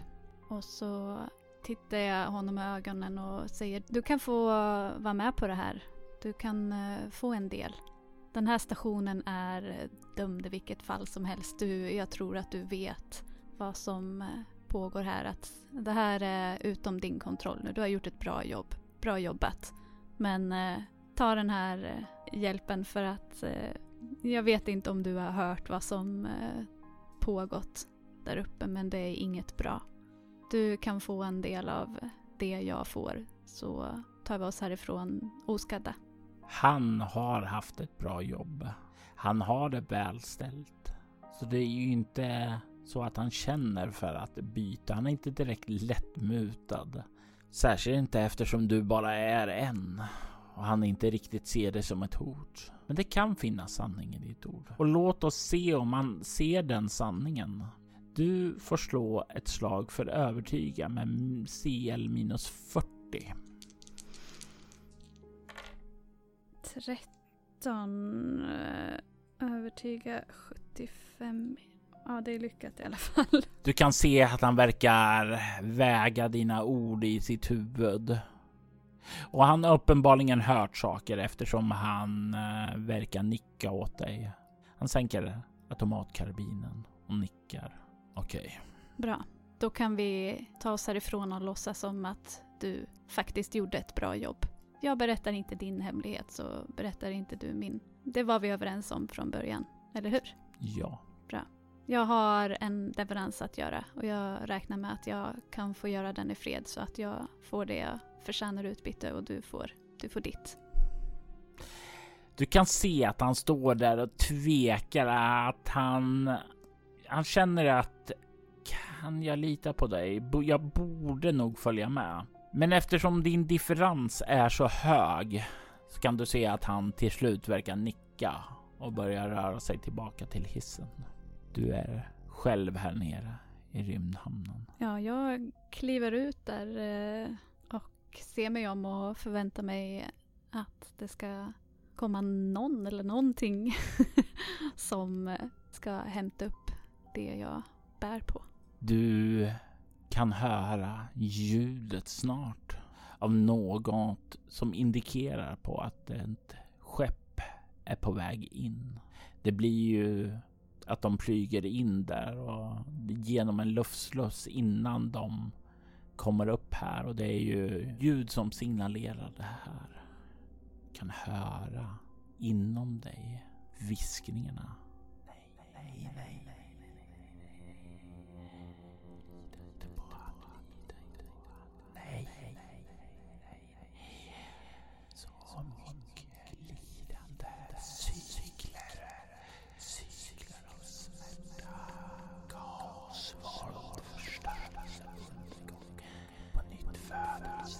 Och så tittar jag honom i ögonen och säger: du kan få vara med på det här. Du kan uh, få en del. Den här stationen är dömd i vilket fall som helst. Du, jag tror att du vet vad som uh, pågår här. Att det här är utom din kontroll nu. Du har gjort ett bra jobb. Bra jobbat. Men uh, ta den här uh, hjälpen för att uh, jag vet inte om du har hört vad som uh, pågått där uppe, men det är inget bra. Du kan få en del av det jag får, så tar vi oss härifrån oskadda. Han har haft ett bra jobb. Han har det välställt. Så det är ju inte så att han känner för att byta. Han är inte direkt lättmutad. Särskilt inte eftersom du bara är en. Och han inte riktigt ser det som ett hot. Men det kan finnas sanning i ditt ord. Och låt oss se om man ser den sanningen. Du får slå ett slag för övertyga med C L minus fyrtio. tretton. Övertyga sjuttiofem. Ja, det är lyckat i alla fall. Du kan se att han verkar väga dina ord i sitt huvud. Och han har uppenbarligen hört saker eftersom han äh, verkar nicka åt dig. Han sänker automatkarbinen och nickar. Okej. Okay. Bra. Då kan vi ta oss härifrån och låtsas som att du faktiskt gjorde ett bra jobb. Jag berättar inte din hemlighet, så berättar inte du min. Det var vi överens om från början, eller hur? Ja. Bra. Jag har en leverans att göra och jag räknar med att jag kan få göra den i fred så att jag får det jag förtjänar utbyte och du får, du får ditt. Du kan se att han står där och tvekar, att han, han känner att kan jag lita på dig? Jag borde nog följa med. Men eftersom din differens är så hög så kan du se att han till slut verkar nicka och börja röra sig tillbaka till hissen. Du är själv här nere i rymdhamnen. Ja, jag kliver ut där och ser mig om och förväntar mig att det ska komma någon eller någonting som ska hämta upp det jag bär på. Du kan höra ljudet snart av något som indikerar på att ett skepp är på väg in. Det blir ju att de flyger in där och genom en luftsluss innan de kommer upp här, och det är ju ljud som signalerar det här. Du kan höra inom dig viskningarna. Nej, nej, nej, nej, nej, nej. Lita på honom. Nej, nej, nej, nej. Så mycket lidande. Cykler. Cykler av smärta. Kaos, våld, förstörelse, undergång. På nytt födelse.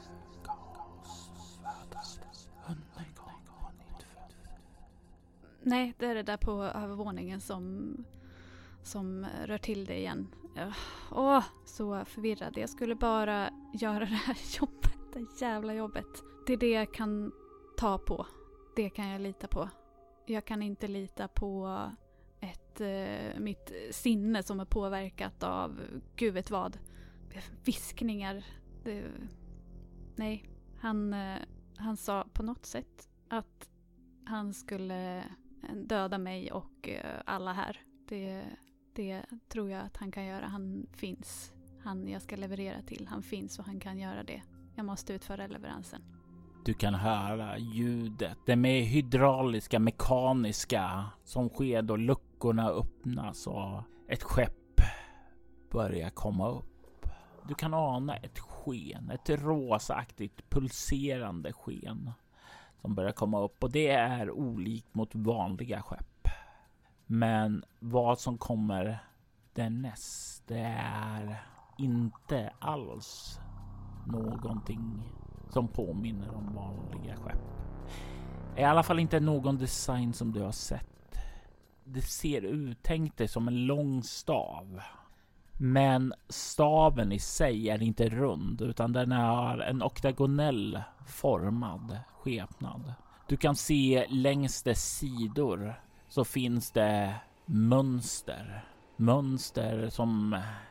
Kaos, födelse, undergång. På nytt födelse. Nej, det är det där på övervåningen som, som rör till det igen. Åh, så förvirrad. Jag skulle bara göra det här jobbet, det jävla jobbet. Det är det jag kan ta på. Det kan jag lita på. Jag kan inte lita på ett, eh, mitt sinne som är påverkat av gud vet vad. Viskningar. Det, nej, han, eh, han sa på något sätt att han skulle döda mig och eh, alla här. Det, det tror jag att han kan göra. Han finns. Han jag ska leverera till. Han finns och han kan göra det. Jag måste utföra leveransen. Du kan höra ljudet. Det med hydrauliska, mekaniska som sker då luckorna öppnas och ett skepp börjar komma upp. Du kan ana ett sken, ett rosaaktigt pulserande sken som börjar komma upp, och det är olikt mot vanliga skepp. Men vad som kommer därnäst, det är inte alls någonting som påminner om vanliga skepp. I alla fall inte någon design som du har sett. Det ser ut, tänk dig som en lång stav. Men staven i sig är inte rund, utan den är en oktagonell formad skepnad. Du kan se längs dess sidor så finns det mönster. Mönster som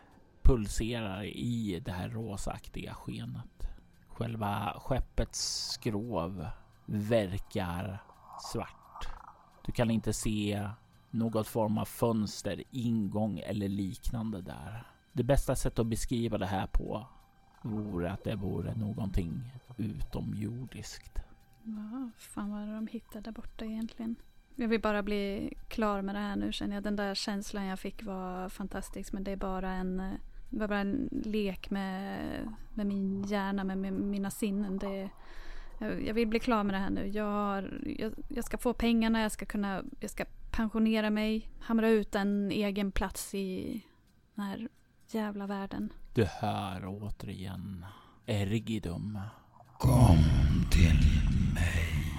pulserar i det här rosaktiga skenet. Själva skeppets skrov verkar svart. Du kan inte se något form av fönster, ingång eller liknande där. Det bästa sättet att beskriva det här på vore att det vore någonting utomjordiskt. Ja, fan vad de hittade där borta egentligen. Jag vill bara bli klar med det här nu, känner jag. Den där känslan jag fick var fantastisk, men det är bara en, det var bara en lek med, med min hjärna, med, med mina sinnen. Det, jag, jag vill bli klar med det här nu. Jag, har, jag, jag ska få pengarna, jag ska kunna, jag ska pensionera mig, hamra ut en egen plats i den här jävla världen. Du hör återigen Ergidum. Kom till mig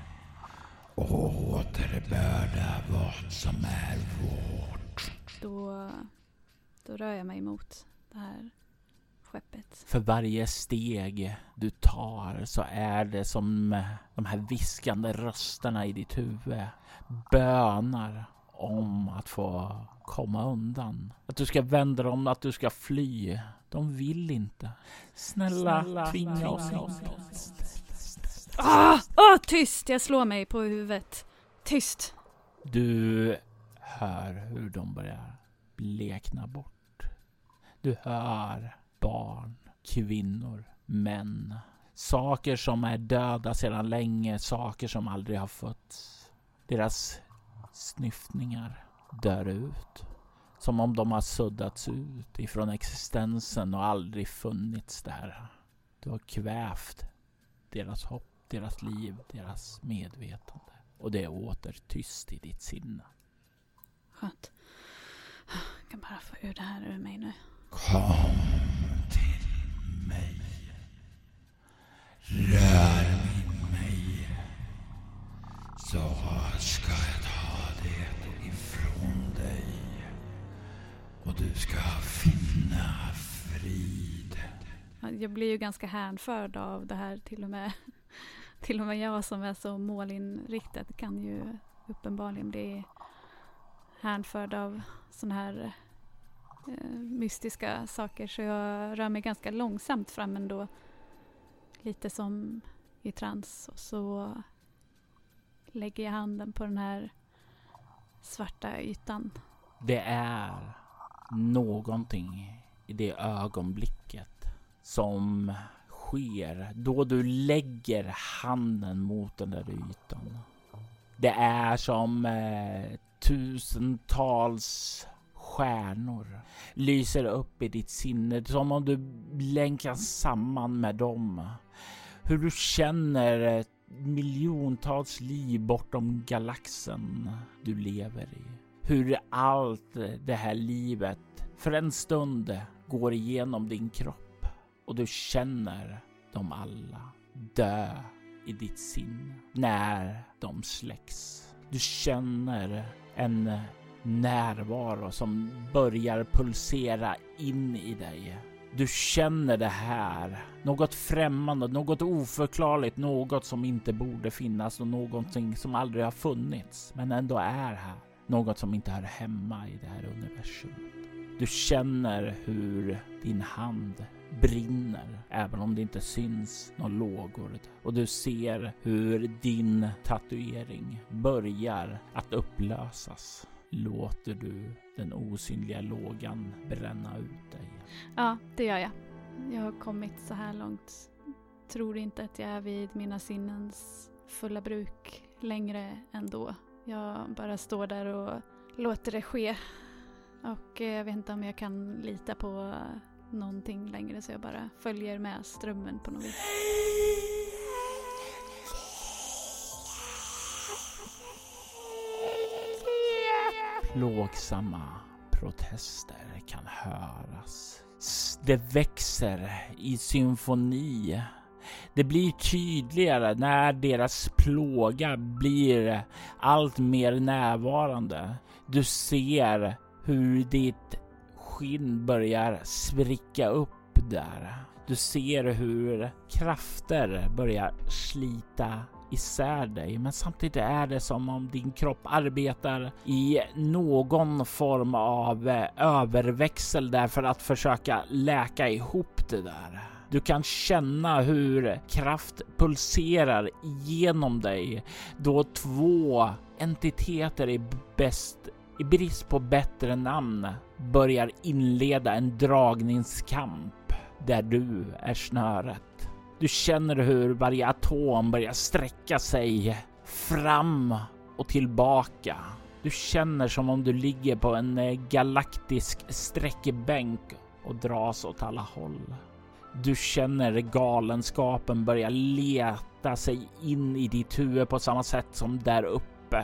och återbörda vad som är vårt. Då, då rör jag mig mot det här skeppet. För varje steg du tar så är det som de här viskande rösterna i ditt huvud bönar om att få komma undan. Att du ska vända dem, att du ska fly. De vill inte. Snälla, Snälla tvinga oss inte. Ah, ah, tyst! Jag slår mig på huvudet. Tyst! Du hör hur de börjar blekna bort. Du hör barn, kvinnor, män. Saker som är döda sedan länge, saker som aldrig har fötts. Deras snyftningar dör ut. Som om de har suddats ut ifrån existensen och aldrig funnits där. Du har kvävt deras hopp, deras liv, deras medvetande. Och det är åter tyst i ditt sinne. Skönt. Jag kan bara få ur det här ur mig nu. Kom till mig. Rör min mig. Så ska jag ta det ifrån dig. Och du ska finna frid. Jag blir ju ganska hänförd av det här. Till och med, till och med jag som är så målinriktad kan ju uppenbarligen bli hänförd av såna här eh, mystiska saker. Så jag rör mig ganska långsamt fram ändå. Lite som i trans. Och så lägger jag handen på den här svarta ytan. Det är någonting i det ögonblicket som sker då du lägger handen mot den där ytan. Det är som eh, tusentals stjärnor lyser upp i ditt sinne, som om du länkas samman med dem. Hur du känner miljontals liv bortom galaxen du lever i. Hur allt det här livet för en stund går igenom din kropp och du känner dem alla dö i ditt sinne när de släcks. Du känner en närvaro som börjar pulsera in i dig. Du känner det här, något främmande, något oförklarligt, något som inte borde finnas och någonting som aldrig har funnits men ändå är här. Något som inte hör hemma i det här universumet. Du känner hur din hand brinner även om det inte syns några lågor. Och du ser hur din tatuering börjar att upplösas. Låter du den osynliga lågan bränna ut dig? Ja, det gör jag. Jag har kommit så här långt. Tror inte att jag är vid mina sinnens fulla bruk längre ändå. Jag bara står där och låter det ske. Och jag vet inte om jag kan lita på någonting längre, så jag bara följer med strömmen på något vis. Plågsamma protester kan höras. Det växer i symfoni. Det blir tydligare när deras plåga blir allt mer närvarande. Du ser hur ditt skinn börjar spricka upp där. Du ser hur krafter börjar slita isär dig, men samtidigt är det som om din kropp arbetar i någon form av överväxel där för att försöka läka ihop det där. Du kan känna hur kraft pulserar genom dig då två entiteter i bäst i brist på bättre namn börjar inleda en dragningskamp där du är snöret. Du känner hur varje atom börjar sträcka sig fram och tillbaka. Du känner som om du ligger på en galaktisk sträckbänk och dras åt alla håll. Du känner galenskapen börja leta sig in i ditt huvud på samma sätt som där uppe.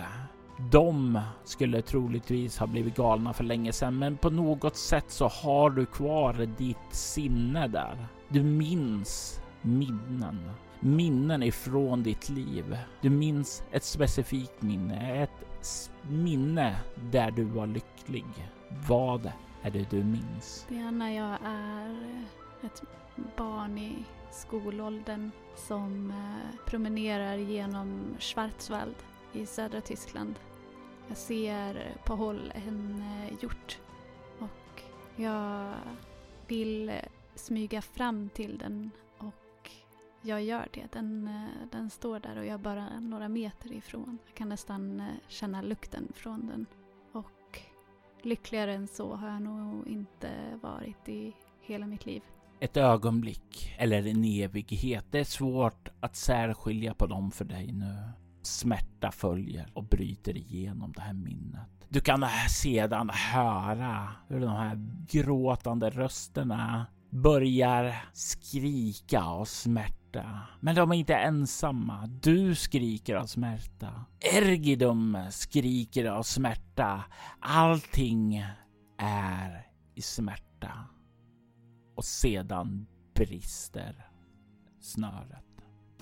De skulle troligtvis ha blivit galna för länge sedan, men på något sätt så har du kvar ditt sinne där. Du minns minnen. Minnen ifrån ditt liv. Du minns ett specifikt minne. Ett minne där du var lycklig. Vad är det du minns? Det är när jag är ett barn i skolåldern som promenerar genom Schwarzwald i södra Tyskland. Jag ser på håll en hjort och jag vill smyga fram till den och jag gör det. Den, den står där och jag är bara några meter ifrån. Jag kan nästan känna lukten från den och lyckligare än så har jag nog inte varit i hela mitt liv. Ett ögonblick eller en evighet. Det är svårt att särskilja på dem för dig nu. Smärta följer och bryter igenom det här minnet. Du kan sedan höra hur de här gråtande rösterna börjar skrika av smärta. Men de är inte ensamma. Du skriker av smärta. Ergidum skriker av smärta. Allting är i smärta. Och sedan brister snöret.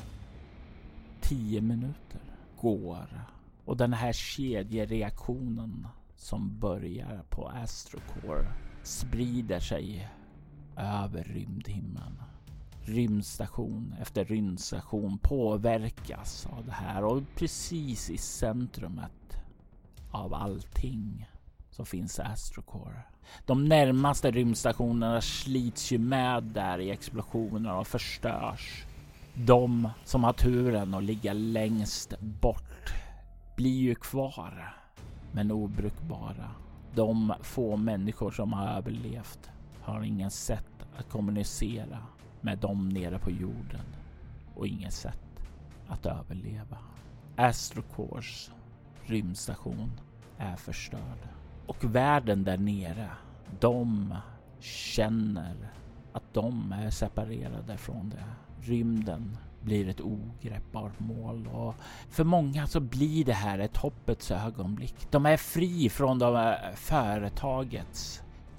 Tio minuter går och den här kedjereaktionen som börjar på Astrocore sprider sig över rymdhimlen. Rymdstation efter rymdstation påverkas av det här och precis i centrumet av allting så finns Astrocore. De närmaste rymdstationerna slits ju med där i explosioner och förstörs. De som har turen att ligga längst bort blir ju kvar, men obrukbara. De få människor som har överlevt har ingen sätt att kommunicera med dem nere på jorden och inget sätt att överleva. Astrocores rymdstation är förstörd. Och världen där nere, de känner att de är separerade från det. Rymden blir ett ogreppbart mål och för många så blir det här ett hoppets ögonblick. De är fri från de företagets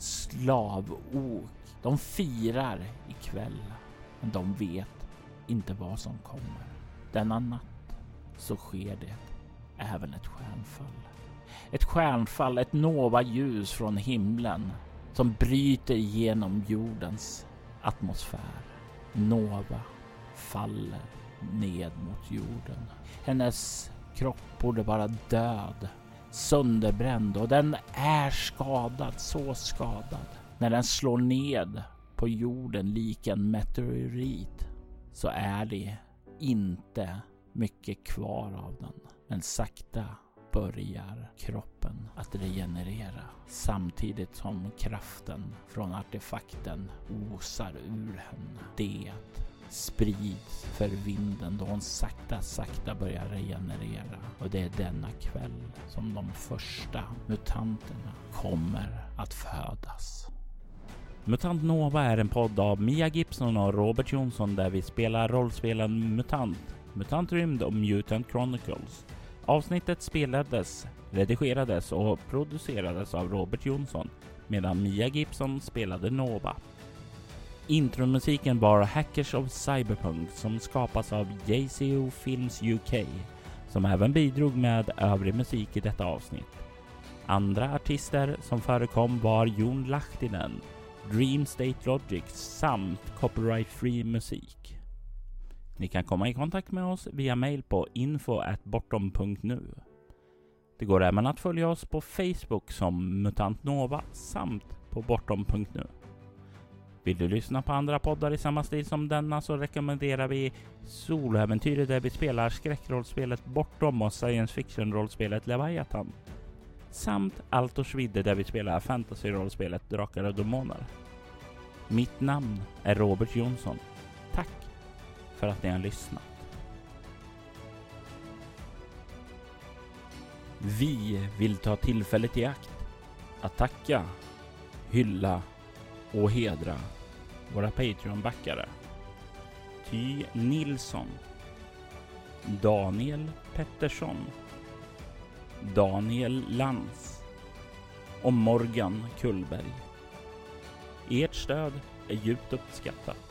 slavok. De firar ikväll, men de vet inte vad som kommer. Denna natt så sker det även ett stjärnfall. Ett stjärnfall, ett nova-ljus från himlen som bryter igenom jordens atmosfär. Nova faller ned mot jorden. Hennes kropp borde vara död, sönderbränd och den är skadad, så skadad. När den slår ned på jorden lik en meteorit så är det inte mycket kvar av den. Men sakta börjar kroppen att regenerera samtidigt som kraften från artefakten osar ur henne. Det sprids för vinden då hon sakta sakta börjar regenerera och det är denna kväll som de första mutanterna kommer att födas. Mutant Nova är en podd av Mia Gibson och Robert Jonsson där vi spelar rollspelen Mutant, Mutant Rymd och Mutant Chronicles. Avsnittet spelades, redigerades och producerades av Robert Jonsson medan Mia Gibson spelade Nova. Intromusiken var Hackers of Cyberpunk som skapas av J C O Films U K som även bidrog med övrig musik i detta avsnitt. Andra artister som förekom var Jon Lahtinen, Dream State Logic samt copyright free musik. Ni kan komma i kontakt med oss via mail på info at bortom punkt nu. Det går även att följa oss på Facebook som Mutant Nova samt på bortom punkt nu. Vill du lyssna på andra poddar i samma stil som denna så rekommenderar vi Soloäventyret där vi spelar skräckrollspelet Bortom och science fiction-rollspelet Leviathan. Samt Altorsvidde där vi spelar fantasy-rollspelet Drakar och Demoner. Mitt namn är Robert Jonsson. Tack för att ni har lyssnat. Vi vill ta tillfället i akt att tacka, hylla och hedra våra Patreon-backare. Ty Nilsson, Daniel Pettersson, Daniel Lantz och Morgan Kullberg. Ert stöd är djupt uppskattat.